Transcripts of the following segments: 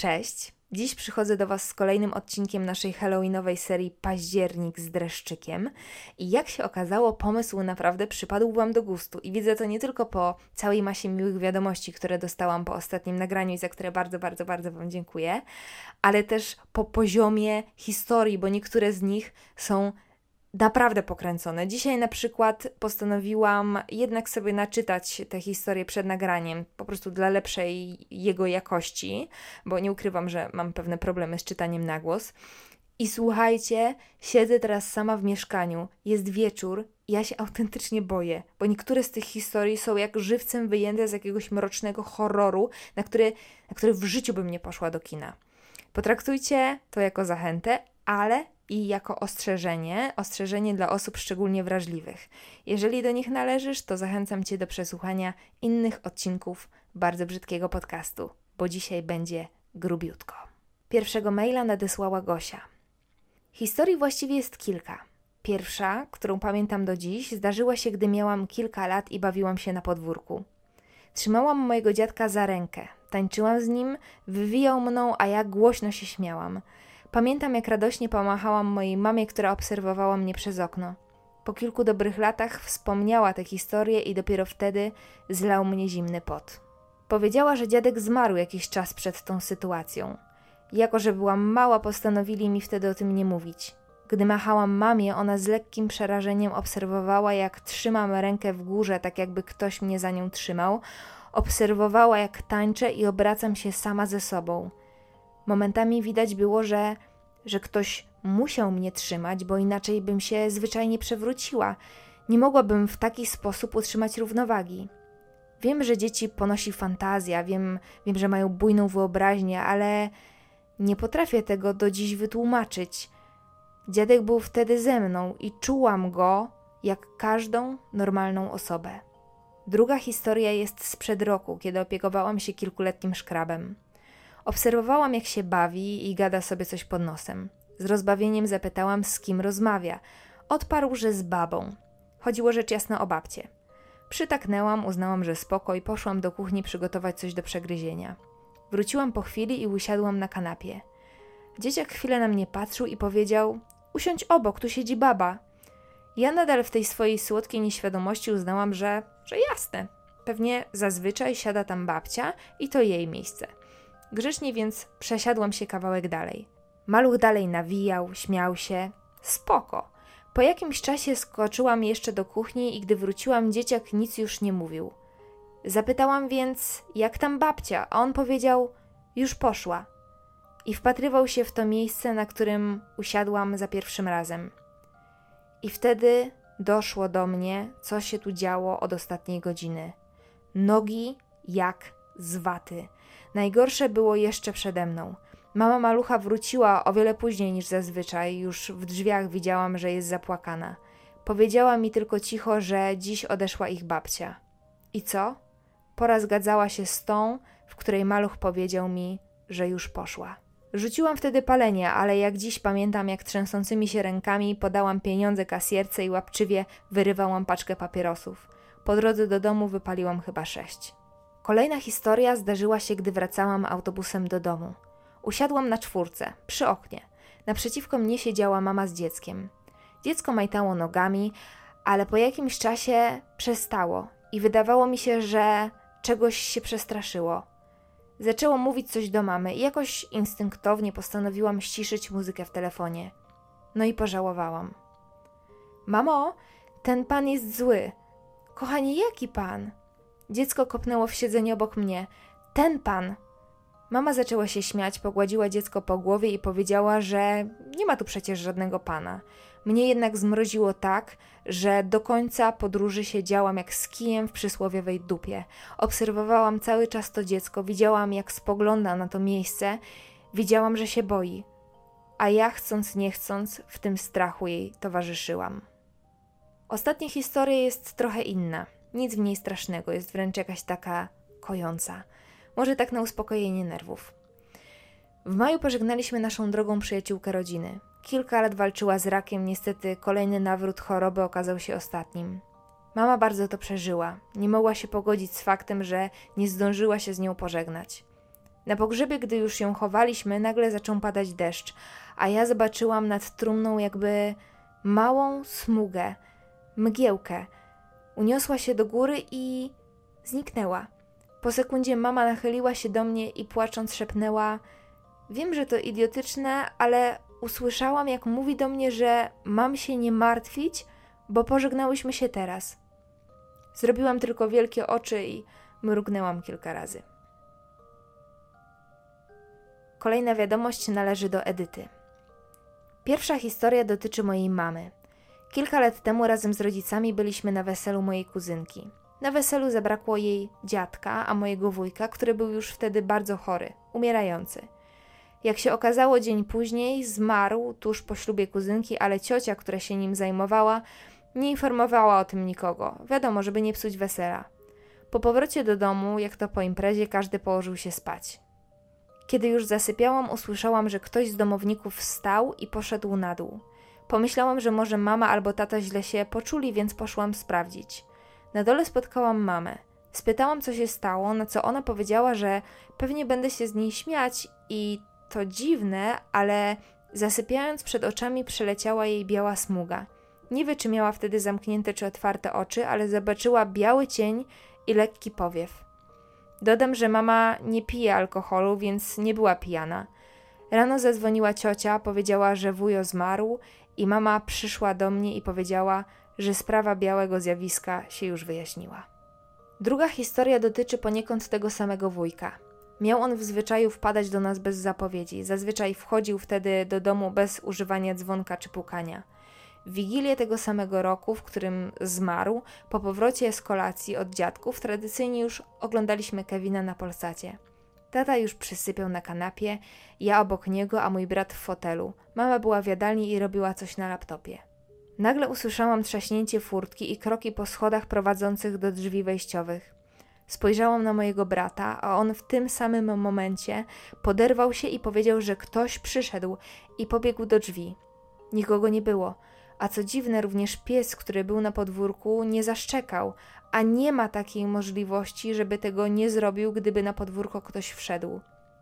Cześć! Dziś przychodzę do Was z kolejnym odcinkiem naszej halloweenowej serii Październik z dreszczykiem i jak się okazało, pomysł naprawdę przypadł Wam do gustu i widzę to nie tylko po całej masie miłych wiadomości, które dostałam po ostatnim nagraniu i za które bardzo Wam dziękuję, ale też po poziomie historii, bo niektóre z nich są naprawdę pokręcone. Dzisiaj na przykład postanowiłam jednak sobie naczytać tę historię przed nagraniem, po prostu dla lepszej jego jakości, bo nie ukrywam, że mam pewne problemy z czytaniem na głos. I słuchajcie, siedzę teraz sama w mieszkaniu, jest wieczór i ja się autentycznie boję, bo niektóre z tych historii są jak żywcem wyjęte z jakiegoś mrocznego horroru, na który w życiu bym nie poszła do kina. Potraktujcie to jako zachętę, ale i jako ostrzeżenie dla osób szczególnie wrażliwych. Jeżeli do nich należysz, to zachęcam Cię do przesłuchania innych odcinków bardzo brzydkiego podcastu, bo dzisiaj będzie grubiutko. Pierwszego maila nadesłała Gosia. Historii właściwie jest kilka. Pierwsza, którą pamiętam do dziś, zdarzyła się, gdy miałam kilka lat i bawiłam się na podwórku. Trzymałam mojego dziadka za rękę, tańczyłam z nim, wywijał mną, a ja głośno się śmiałam. Pamiętam, jak radośnie pomachałam mojej mamie, która obserwowała mnie przez okno. Po kilku dobrych latach wspomniała tę historię i dopiero wtedy zlał mnie zimny pot. Powiedziała, że dziadek zmarł jakiś czas przed tą sytuacją. Jako że byłam mała, postanowili mi wtedy o tym nie mówić. Gdy machałam mamie, ona z lekkim przerażeniem obserwowała, jak trzymam rękę w górze, tak jakby ktoś mnie za nią trzymał. Obserwowała, jak tańczę i obracam się sama ze sobą. Momentami widać było, że ktoś musiał mnie trzymać, bo inaczej bym się zwyczajnie przewróciła. Nie mogłabym w taki sposób utrzymać równowagi. Wiem, że dzieci ponosi fantazja, wiem, że mają bujną wyobraźnię, ale nie potrafię tego do dziś wytłumaczyć. Dziadek był wtedy ze mną i czułam go jak każdą normalną osobę. Druga historia jest sprzed roku, kiedy opiekowałam się kilkuletnim szkrabem. Obserwowałam, jak się bawi i gada sobie coś pod nosem. Z rozbawieniem zapytałam, z kim rozmawia. Odparł, że z babą. Chodziło rzecz jasna o babcię. Przytaknęłam, uznałam, że spoko i poszłam do kuchni przygotować coś do przegryzienia. Wróciłam po chwili i usiadłam na kanapie. Dzieciak chwilę na mnie patrzył i powiedział: usiądź obok, tu siedzi baba. Ja nadal w tej swojej słodkiej nieświadomości uznałam, że jasne. Pewnie zazwyczaj siada tam babcia i to jej miejsce. Grzecznie więc przesiadłam się kawałek dalej. Maluch dalej nawijał, śmiał się. Spoko. Po jakimś czasie skoczyłam jeszcze do kuchni i gdy wróciłam, dzieciak nic już nie mówił. Zapytałam więc, jak tam babcia, a on powiedział: już poszła. I wpatrywał się w to miejsce, na którym usiadłam za pierwszym razem. I wtedy doszło do mnie, co się tu działo od ostatniej godziny. Nogi jak z waty. Najgorsze było jeszcze przede mną. Mama malucha wróciła o wiele później niż zazwyczaj. Już w drzwiach widziałam, że jest zapłakana. Powiedziała mi tylko cicho, że dziś odeszła ich babcia. I co? Pora zgadzała się z tą, w której maluch powiedział mi, że już poszła. Rzuciłam wtedy palenie, ale jak dziś pamiętam, jak trzęsącymi się rękami podałam pieniądze kasjerce i łapczywie wyrywałam paczkę papierosów. Po drodze do domu wypaliłam chyba 6. Kolejna historia zdarzyła się, gdy wracałam autobusem do domu. Usiadłam na 4, przy oknie. Naprzeciwko mnie siedziała mama z dzieckiem. Dziecko majtało nogami, ale po jakimś czasie przestało i wydawało mi się, że czegoś się przestraszyło. Zaczęło mówić coś do mamy i jakoś instynktownie postanowiłam ściszyć muzykę w telefonie. No i pożałowałam. Mamo, ten pan jest zły. Kochanie, jaki pan? Dziecko kopnęło w siedzenie obok mnie. Ten pan! Mama zaczęła się śmiać, pogładziła dziecko po głowie i powiedziała, że nie ma tu przecież żadnego pana. Mnie jednak zmroziło tak, że do końca podróży siedziałam jak z kijem w przysłowiowej dupie. Obserwowałam cały czas to dziecko, widziałam jak spogląda na to miejsce, widziałam, że się boi. A ja chcąc nie chcąc w tym strachu jej towarzyszyłam. Ostatnia historia jest trochę inna. Nic w niej strasznego, jest wręcz jakaś taka kojąca. Może tak na uspokojenie nerwów. W maju pożegnaliśmy naszą drogą przyjaciółkę rodziny. Kilka lat walczyła z rakiem, niestety kolejny nawrót choroby okazał się ostatnim. Mama bardzo to przeżyła. Nie mogła się pogodzić z faktem, że nie zdążyła się z nią pożegnać. Na pogrzebie, gdy już ją chowaliśmy, nagle zaczął padać deszcz, a ja zobaczyłam nad trumną jakby małą smugę, mgiełkę. Uniosła się do góry i zniknęła. Po sekundzie mama nachyliła się do mnie i płacząc szepnęła: wiem, że to idiotyczne, ale usłyszałam, jak mówi do mnie, że mam się nie martwić, bo pożegnałyśmy się teraz. Zrobiłam tylko wielkie oczy i mrugnęłam kilka razy. Kolejna wiadomość należy do Edyty. Pierwsza historia dotyczy mojej mamy. Kilka lat temu razem z rodzicami byliśmy na weselu mojej kuzynki. Na weselu zabrakło jej dziadka, a mojego wujka, który był już wtedy bardzo chory, umierający. Jak się okazało, dzień później zmarł tuż po ślubie kuzynki, ale ciocia, która się nim zajmowała, nie informowała o tym nikogo. Wiadomo, żeby nie psuć wesela. Po powrocie do domu, jak to po imprezie, każdy położył się spać. Kiedy już zasypiałam, usłyszałam, że ktoś z domowników wstał i poszedł na dół. Pomyślałam, że może mama albo tata źle się poczuli, więc poszłam sprawdzić. Na dole spotkałam mamę. Spytałam, co się stało, na co ona powiedziała, że pewnie będę się z niej śmiać i to dziwne, ale zasypiając przed oczami przeleciała jej biała smuga. Nie wie, czy miała wtedy zamknięte czy otwarte oczy, ale zobaczyła biały cień i lekki powiew. Dodam, że mama nie pije alkoholu, więc nie była pijana. Rano zadzwoniła ciocia, powiedziała, że wujo zmarł i mama przyszła do mnie i powiedziała, że sprawa białego zjawiska się już wyjaśniła. Druga historia dotyczy poniekąd tego samego wujka. Miał on w zwyczaju wpadać do nas bez zapowiedzi. Zazwyczaj wchodził wtedy do domu bez używania dzwonka czy pukania. W Wigilię tego samego roku, w którym zmarł, po powrocie z kolacji od dziadków, tradycyjnie już oglądaliśmy Kevina na Polsacie. Tata już przysypiał na kanapie, ja obok niego, a mój brat w fotelu. Mama była w jadalni i robiła coś na laptopie. Nagle usłyszałam trzaśnięcie furtki i kroki po schodach prowadzących do drzwi wejściowych. Spojrzałam na mojego brata, a on w tym samym momencie poderwał się i powiedział, że ktoś przyszedł i pobiegł do drzwi. Nikogo nie było, a co dziwne, również pies, który był na podwórku, nie zaszczekał, a nie ma takiej możliwości, żeby tego nie zrobił, gdyby na podwórko ktoś wszedł.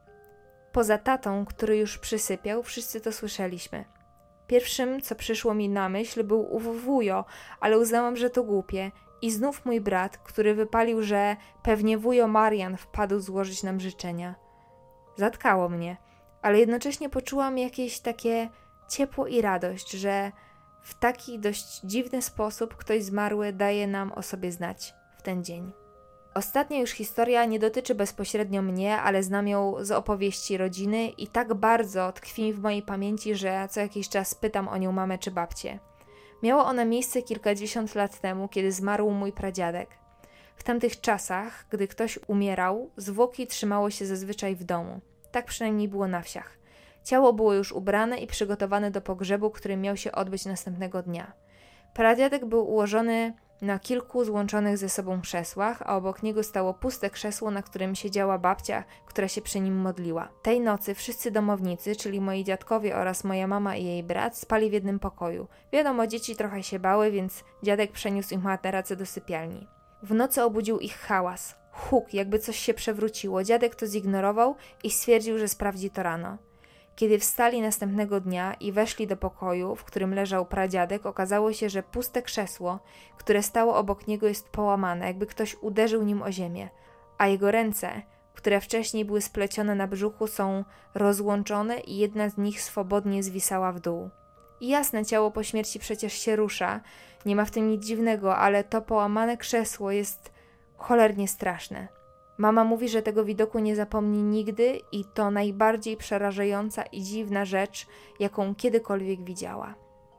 Poza tatą, który już przysypiał, wszyscy to słyszeliśmy. Pierwszym, co przyszło mi na myśl, był ów wujo, ale uznałam, że to głupie. I znów mój brat, który wypalił, że pewnie wujo Marian wpadł złożyć nam życzenia. Zatkało mnie, ale jednocześnie poczułam jakieś takie ciepło i radość, że w taki dość dziwny sposób ktoś zmarły daje nam o sobie znać w ten dzień. Ostatnia już historia nie dotyczy bezpośrednio mnie, ale znam ją z opowieści rodziny i tak bardzo tkwi w mojej pamięci, że co jakiś czas pytam o nią mamę czy babcię. Miała ona miejsce kilkadziesiąt lat temu, kiedy zmarł mój pradziadek. W tamtych czasach, gdy ktoś umierał, zwłoki trzymało się zazwyczaj w domu. Tak przynajmniej było na wsiach. Ciało było już ubrane i przygotowane do pogrzebu, który miał się odbyć następnego dnia. Pradziadek był ułożony na kilku złączonych ze sobą krzesłach, a obok niego stało puste krzesło, na którym siedziała babcia, która się przy nim modliła. Tej nocy wszyscy domownicy, czyli moi dziadkowie oraz moja mama i jej brat, spali w jednym pokoju. Wiadomo, dzieci trochę się bały, więc dziadek przeniósł ich materacę do sypialni. W nocy obudził ich hałas, huk, jakby coś się przewróciło. Dziadek to zignorował i stwierdził, że sprawdzi to rano. Kiedy wstali następnego dnia i weszli do pokoju, w którym leżał pradziadek, okazało się, że puste krzesło, które stało obok niego, jest połamane, jakby ktoś uderzył nim o ziemię, a jego ręce, które wcześniej były splecione na brzuchu, są rozłączone i jedna z nich swobodnie zwisała w dół. I jasne, ciało po śmierci przecież się rusza, nie ma w tym nic dziwnego, ale to połamane krzesło jest cholernie straszne. Mama mówi, że tego widoku nie zapomni nigdy i to najbardziej przerażająca i dziwna rzecz, jaką kiedykolwiek widziała.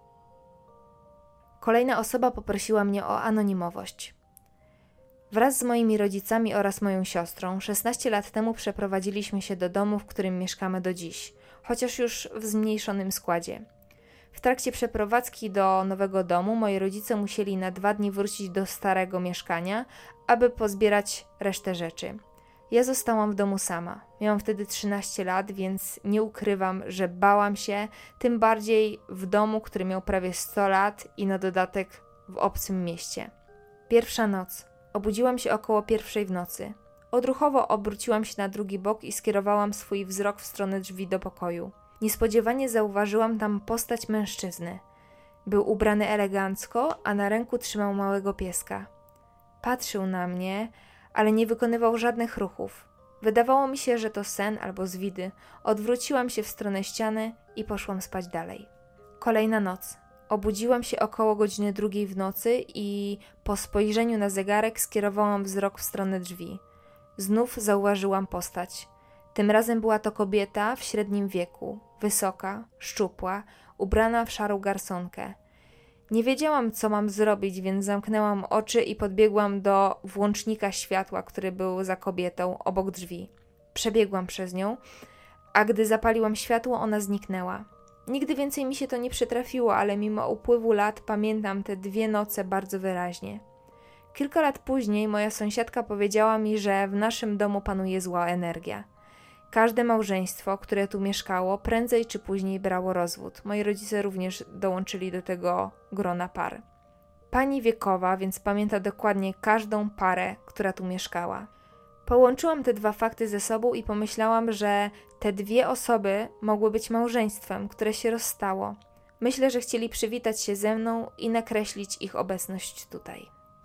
Kolejna osoba poprosiła mnie o anonimowość. Wraz z moimi rodzicami oraz moją siostrą 16 lat temu przeprowadziliśmy się do domu, w którym mieszkamy do dziś, chociaż już w zmniejszonym składzie. W trakcie przeprowadzki do nowego domu moi rodzice musieli na 2 dni wrócić do starego mieszkania, aby pozbierać resztę rzeczy. Ja zostałam w domu sama. Miałam wtedy 13 lat, więc nie ukrywam, że bałam się, tym bardziej w domu, który miał prawie 100 lat i na dodatek w obcym mieście. Pierwsza noc. Obudziłam się około 1:00 w nocy. Odruchowo obróciłam się na drugi bok i skierowałam swój wzrok w stronę drzwi do pokoju. Niespodziewanie zauważyłam tam postać mężczyzny. Był ubrany elegancko, a na ręku trzymał małego pieska. Patrzył na mnie, ale nie wykonywał żadnych ruchów. Wydawało mi się, że to sen albo zwidy. Odwróciłam się w stronę ściany i poszłam spać dalej. Kolejna noc. Obudziłam się około godziny 2 w nocy i po spojrzeniu na zegarek skierowałam wzrok w stronę drzwi. Znów zauważyłam postać. Tym razem była to kobieta w średnim wieku, wysoka, szczupła, ubrana w szarą garsonkę. Nie wiedziałam, co mam zrobić, więc zamknęłam oczy i podbiegłam do włącznika światła, który był za kobietą, obok drzwi. Przebiegłam przez nią, a gdy zapaliłam światło, ona zniknęła. Nigdy więcej mi się to nie przytrafiło, ale mimo upływu lat pamiętam te 2 noce bardzo wyraźnie. Kilka lat później moja sąsiadka powiedziała mi, że w naszym domu panuje zła energia. Każde małżeństwo, które tu mieszkało, prędzej czy później brało rozwód. Moi rodzice również dołączyli do tego grona par. Pani wiekowa, więc pamięta dokładnie każdą parę, która tu mieszkała. Połączyłam te 2 fakty ze sobą i pomyślałam, że te 2 osoby mogły być małżeństwem, które się rozstało. Myślę, że chcieli przywitać się ze mną i nakreślić ich obecność tutaj.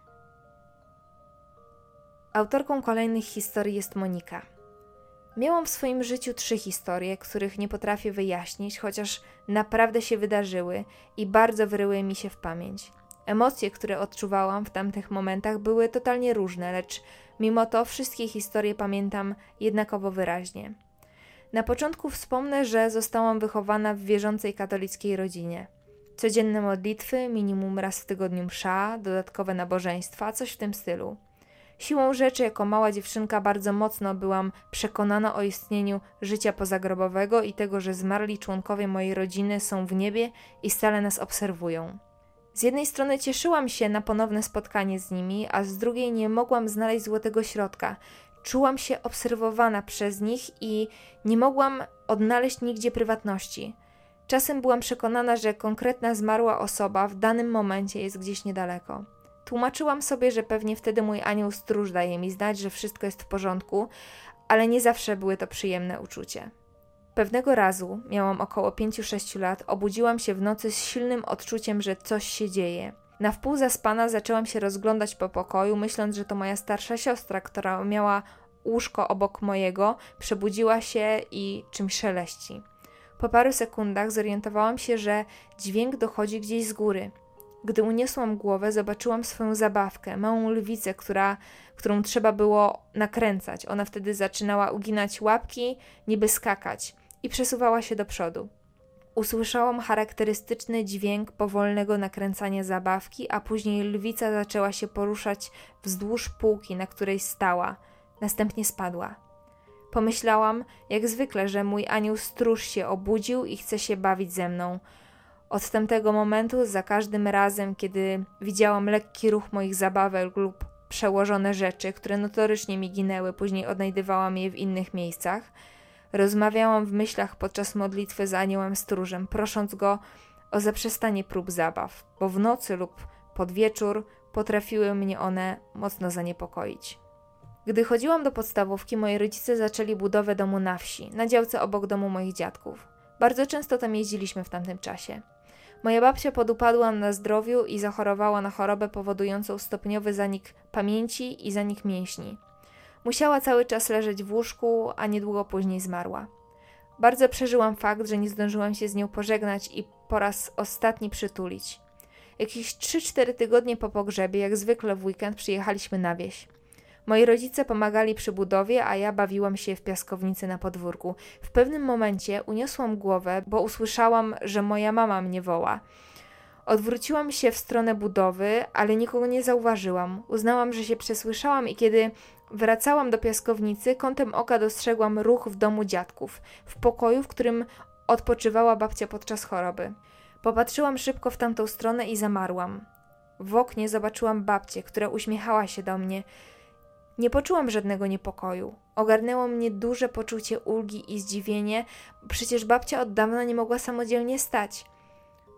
Autorką kolejnych historii jest Monika. Miałam w swoim życiu 3 historie, których nie potrafię wyjaśnić, chociaż naprawdę się wydarzyły i bardzo wyryły mi się w pamięć. Emocje, które odczuwałam w tamtych momentach, były totalnie różne, lecz mimo to wszystkie historie pamiętam jednakowo wyraźnie. Na początku wspomnę, że zostałam wychowana w wierzącej katolickiej rodzinie. Codzienne modlitwy, minimum raz w tygodniu msza, dodatkowe nabożeństwa, coś w tym stylu. Siłą rzeczy jako mała dziewczynka bardzo mocno byłam przekonana o istnieniu życia pozagrobowego i tego, że zmarli członkowie mojej rodziny są w niebie i stale nas obserwują. Z jednej strony cieszyłam się na ponowne spotkanie z nimi, a z drugiej nie mogłam znaleźć złotego środka. Czułam się obserwowana przez nich i nie mogłam odnaleźć nigdzie prywatności. Czasem byłam przekonana, że konkretna zmarła osoba w danym momencie jest gdzieś niedaleko. Tłumaczyłam sobie, że pewnie wtedy mój anioł stróż daje mi znać, że wszystko jest w porządku, ale nie zawsze były to przyjemne uczucie. Pewnego razu, miałam około 5-6 lat, obudziłam się w nocy z silnym odczuciem, że coś się dzieje. Na wpół zaspana zaczęłam się rozglądać po pokoju, myśląc, że to moja starsza siostra, która miała łóżko obok mojego, przebudziła się i czymś szeleści. Po paru sekundach zorientowałam się, że dźwięk dochodzi gdzieś z góry. Gdy uniosłam głowę, zobaczyłam swoją zabawkę, małą lwicę, którą trzeba było nakręcać. Ona wtedy zaczynała uginać łapki, niby skakać i przesuwała się do przodu. Usłyszałam charakterystyczny dźwięk powolnego nakręcania zabawki, a później lwica zaczęła się poruszać wzdłuż półki, na której stała. Następnie spadła. Pomyślałam, jak zwykle, że mój anioł stróż się obudził i chce się bawić ze mną. Od tamtego momentu, za każdym razem, kiedy widziałam lekki ruch moich zabawek lub przełożone rzeczy, które notorycznie mi ginęły, później odnajdywałam je w innych miejscach, rozmawiałam w myślach podczas modlitwy z aniołem stróżem, prosząc go o zaprzestanie prób zabaw, bo w nocy lub pod wieczór potrafiły mnie one mocno zaniepokoić. Gdy chodziłam do podstawówki, moi rodzice zaczęli budowę domu na wsi, na działce obok domu moich dziadków. Bardzo często tam jeździliśmy w tamtym czasie. Moja babcia podupadła na zdrowiu i zachorowała na chorobę powodującą stopniowy zanik pamięci i zanik mięśni. Musiała cały czas leżeć w łóżku, a niedługo później zmarła. Bardzo przeżyłam fakt, że nie zdążyłam się z nią pożegnać i po raz ostatni przytulić. Jakieś 3-4 tygodnie po pogrzebie, jak zwykle w weekend, przyjechaliśmy na wieś. Moi rodzice pomagali przy budowie, a ja bawiłam się w piaskownicy na podwórku. W pewnym momencie uniosłam głowę, bo usłyszałam, że moja mama mnie woła. Odwróciłam się w stronę budowy, ale nikogo nie zauważyłam. Uznałam, że się przesłyszałam i kiedy wracałam do piaskownicy, kątem oka dostrzegłam ruch w domu dziadków, w pokoju, w którym odpoczywała babcia podczas choroby. Popatrzyłam szybko w tamtą stronę i zamarłam. W oknie zobaczyłam babcię, która uśmiechała się do mnie. Nie poczułam żadnego niepokoju. Ogarnęło mnie duże poczucie ulgi i zdziwienie, bo przecież babcia od dawna nie mogła samodzielnie stać.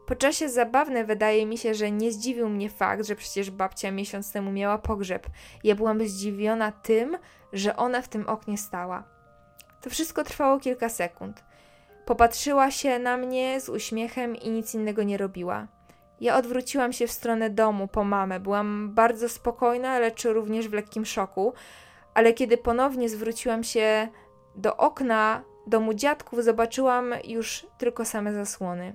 Po czasie zabawne wydaje mi się, że nie zdziwił mnie fakt, że przecież babcia miesiąc temu miała pogrzeb. Ja byłam zdziwiona tym, że ona w tym oknie stała. To wszystko trwało kilka sekund. Popatrzyła się na mnie z uśmiechem i nic innego nie robiła. Ja odwróciłam się w stronę domu po mamę. Byłam bardzo spokojna, lecz również w lekkim szoku. Ale kiedy ponownie zwróciłam się do okna domu dziadków, zobaczyłam już tylko same zasłony.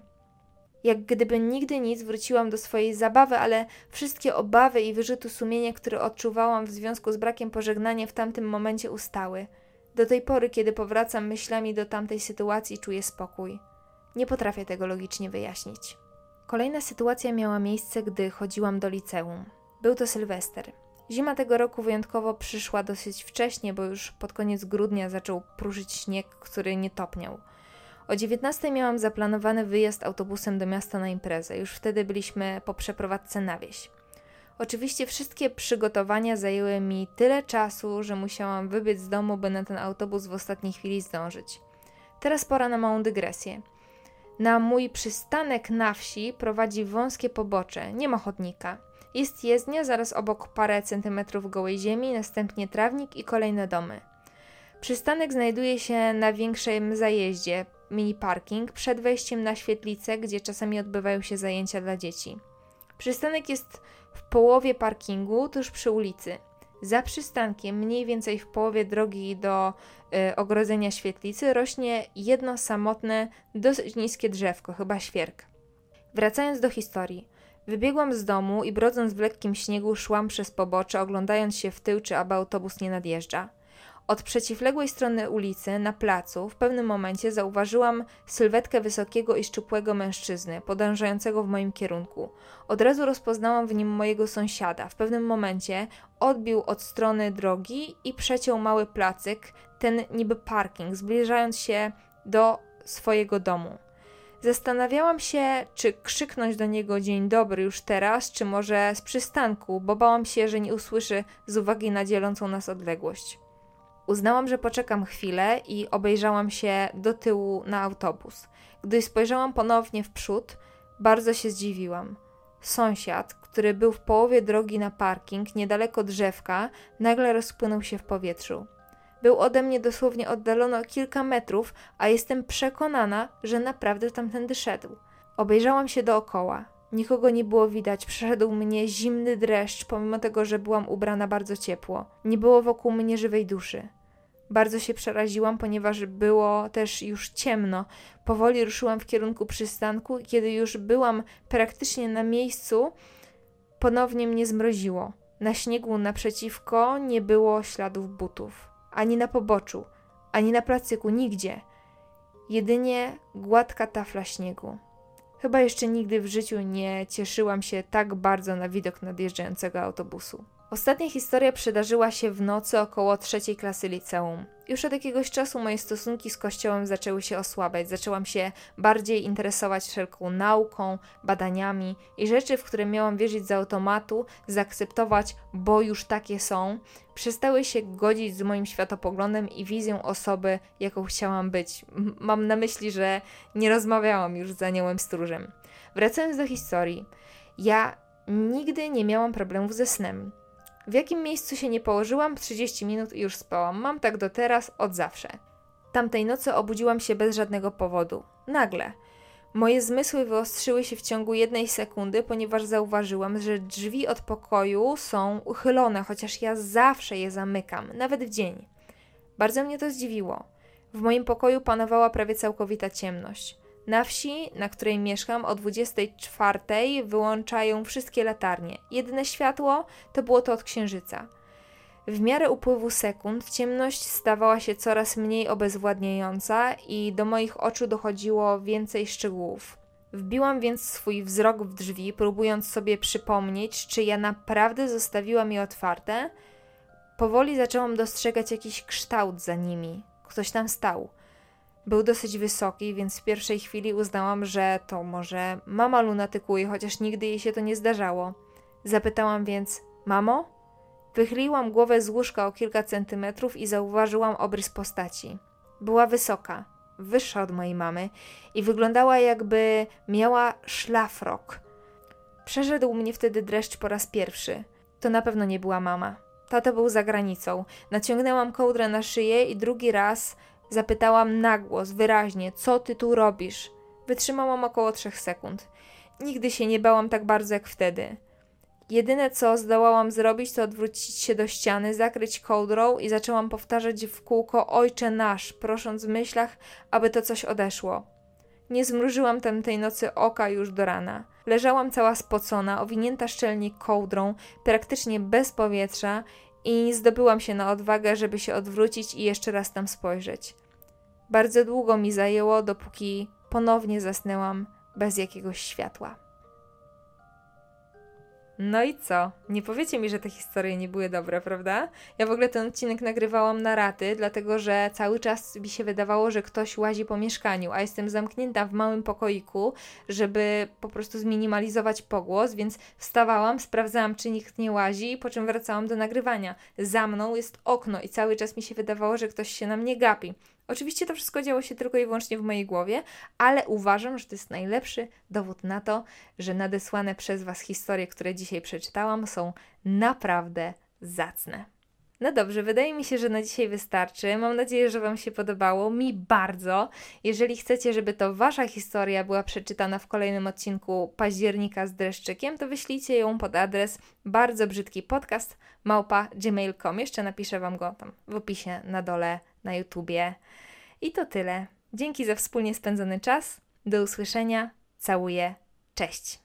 Jak gdyby nigdy nic, wróciłam do swojej zabawy, ale wszystkie obawy i wyrzuty sumienia, które odczuwałam w związku z brakiem pożegnania, w tamtym momencie ustały. Do tej pory, kiedy powracam myślami do tamtej sytuacji, czuję spokój. Nie potrafię tego logicznie wyjaśnić. Kolejna sytuacja miała miejsce, gdy chodziłam do liceum. Był to Sylwester. Zima tego roku wyjątkowo przyszła dosyć wcześnie, bo już pod koniec grudnia zaczął pruszyć śnieg, który nie topniał. O 19 miałam zaplanowany wyjazd autobusem do miasta na imprezę. Już wtedy byliśmy po przeprowadzce na wieś. Oczywiście wszystkie przygotowania zajęły mi tyle czasu, że musiałam wybiec z domu, by na ten autobus w ostatniej chwili zdążyć. Teraz pora na małą dygresję. Na mój przystanek na wsi prowadzi wąskie pobocze, nie ma chodnika. Jest jezdnia, zaraz obok parę centymetrów gołej ziemi, następnie trawnik i kolejne domy. Przystanek znajduje się na większym zajeździe, mini parking, przed wejściem na świetlicę, gdzie czasami odbywają się zajęcia dla dzieci. Przystanek jest w połowie parkingu, tuż przy ulicy. Za przystankiem, mniej więcej w połowie drogi do ogrodzenia świetlicy, rośnie jedno samotne, dosyć niskie drzewko, chyba świerk. Wracając do historii. Wybiegłam z domu i brodząc w lekkim śniegu szłam przez pobocze, oglądając się w tył, czy aby autobus nie nadjeżdża. Od przeciwległej strony ulicy, na placu, w pewnym momencie zauważyłam sylwetkę wysokiego i szczupłego mężczyzny, podążającego w moim kierunku. Od razu rozpoznałam w nim mojego sąsiada. W pewnym momencie odbił od strony drogi i przeciął mały placyk, ten niby parking, zbliżając się do swojego domu. Zastanawiałam się, czy krzyknąć do niego dzień dobry już teraz, czy może z przystanku, bo bałam się, że nie usłyszy z uwagi na dzielącą nas odległość. Uznałam, że poczekam chwilę i obejrzałam się do tyłu na autobus. Gdy spojrzałam ponownie w przód, bardzo się zdziwiłam. Sąsiad, który był w połowie drogi na parking, niedaleko drzewka, nagle rozpłynął się w powietrzu. Był ode mnie dosłownie oddalony o kilka metrów, a jestem przekonana, że naprawdę tamtędy szedł. Obejrzałam się dookoła. Nikogo nie było widać, przeszedł mnie zimny dreszcz, pomimo tego, że byłam ubrana bardzo ciepło. Nie było wokół mnie żywej duszy. Bardzo się przeraziłam, ponieważ było też już ciemno. Powoli ruszyłam w kierunku przystanku i kiedy już byłam praktycznie na miejscu, ponownie mnie zmroziło. Na śniegu naprzeciwko nie było śladów butów. Ani na poboczu, ani na placyku, nigdzie. Jedynie gładka tafla śniegu. Chyba jeszcze nigdy w życiu nie cieszyłam się tak bardzo na widok nadjeżdżającego autobusu. Ostatnia historia przydarzyła się w nocy około 3. klasy liceum. Już od jakiegoś czasu moje stosunki z Kościołem zaczęły się osłabiać. Zaczęłam się bardziej interesować wszelką nauką, badaniami i rzeczy, w które miałam wierzyć z automatu, zaakceptować, bo już takie są, przestały się godzić z moim światopoglądem i wizją osoby, jaką chciałam być. Mam na myśli, że nie rozmawiałam już z aniołem stróżem. Wracając do historii. Ja nigdy nie miałam problemów ze snem. W jakim miejscu się nie położyłam, 30 minut i już spałam. Mam tak do teraz, od zawsze. Tamtej nocy obudziłam się bez żadnego powodu. Nagle. Moje zmysły wyostrzyły się w ciągu 1 sekundy, ponieważ zauważyłam, że drzwi od pokoju są uchylone, chociaż ja zawsze je zamykam, nawet w dzień. Bardzo mnie to zdziwiło. W moim pokoju panowała prawie całkowita ciemność. Na wsi, na której mieszkam, o 24 wyłączają wszystkie latarnie. Jedyne światło to było to od księżyca. W miarę upływu sekund ciemność stawała się coraz mniej obezwładniająca i do moich oczu dochodziło więcej szczegółów. Wbiłam więc swój wzrok w drzwi, próbując sobie przypomnieć, czy ja naprawdę zostawiłam je otwarte. Powoli zaczęłam dostrzegać jakiś kształt za nimi. Ktoś tam stał. Był dosyć wysoki, więc w pierwszej chwili uznałam, że to może mama lunatykuje, chociaż nigdy jej się to nie zdarzało. Zapytałam więc: mamo? Wychyliłam głowę z łóżka o kilka centymetrów i zauważyłam obrys postaci. Była wysoka, wyższa od mojej mamy i wyglądała jakby miała szlafrok. Przeszedł mnie wtedy dreszcz po raz pierwszy. To na pewno nie była mama. Tato był za granicą. Naciągnęłam kołdrę na szyję i drugi raz zapytałam na głos, wyraźnie, co ty tu robisz? Wytrzymałam około 3 sekund. Nigdy się nie bałam tak bardzo jak wtedy. Jedyne co zdołałam zrobić, to odwrócić się do ściany, zakryć kołdrą i zaczęłam powtarzać w kółko Ojcze nasz, prosząc w myślach, aby to coś odeszło. Nie zmrużyłam tamtej nocy oka już do rana. Leżałam cała spocona, owinięta szczelnie kołdrą, praktycznie bez powietrza i zdobyłam się na odwagę, żeby się odwrócić i jeszcze raz tam spojrzeć. Bardzo długo mi zajęło, dopóki ponownie zasnęłam bez jakiegoś światła. No i co? Nie powiecie mi, że te historie nie były dobre, prawda? Ja w ogóle ten odcinek nagrywałam na raty, dlatego że cały czas mi się wydawało, że ktoś łazi po mieszkaniu, a jestem zamknięta w małym pokoiku, żeby po prostu zminimalizować pogłos, więc wstawałam, sprawdzałam, czy nikt nie łazi, po czym wracałam do nagrywania. Za mną jest okno i cały czas mi się wydawało, że ktoś się na mnie gapi. Oczywiście to wszystko działo się tylko i wyłącznie w mojej głowie, ale uważam, że to jest najlepszy dowód na to, że nadesłane przez Was historie, które dzisiaj przeczytałam, są naprawdę zacne. No dobrze, wydaje mi się, że na dzisiaj wystarczy. Mam nadzieję, że Wam się podobało. Mi bardzo. Jeżeli chcecie, żeby to Wasza historia była przeczytana w kolejnym odcinku Października z dreszczykiem, to wyślijcie ją pod adres bardzobrzydkipodcast@gmail.com. Jeszcze napiszę Wam go tam w opisie na dole na YouTubie. I to tyle. Dzięki za wspólnie spędzony czas. Do usłyszenia. Całuję. Cześć.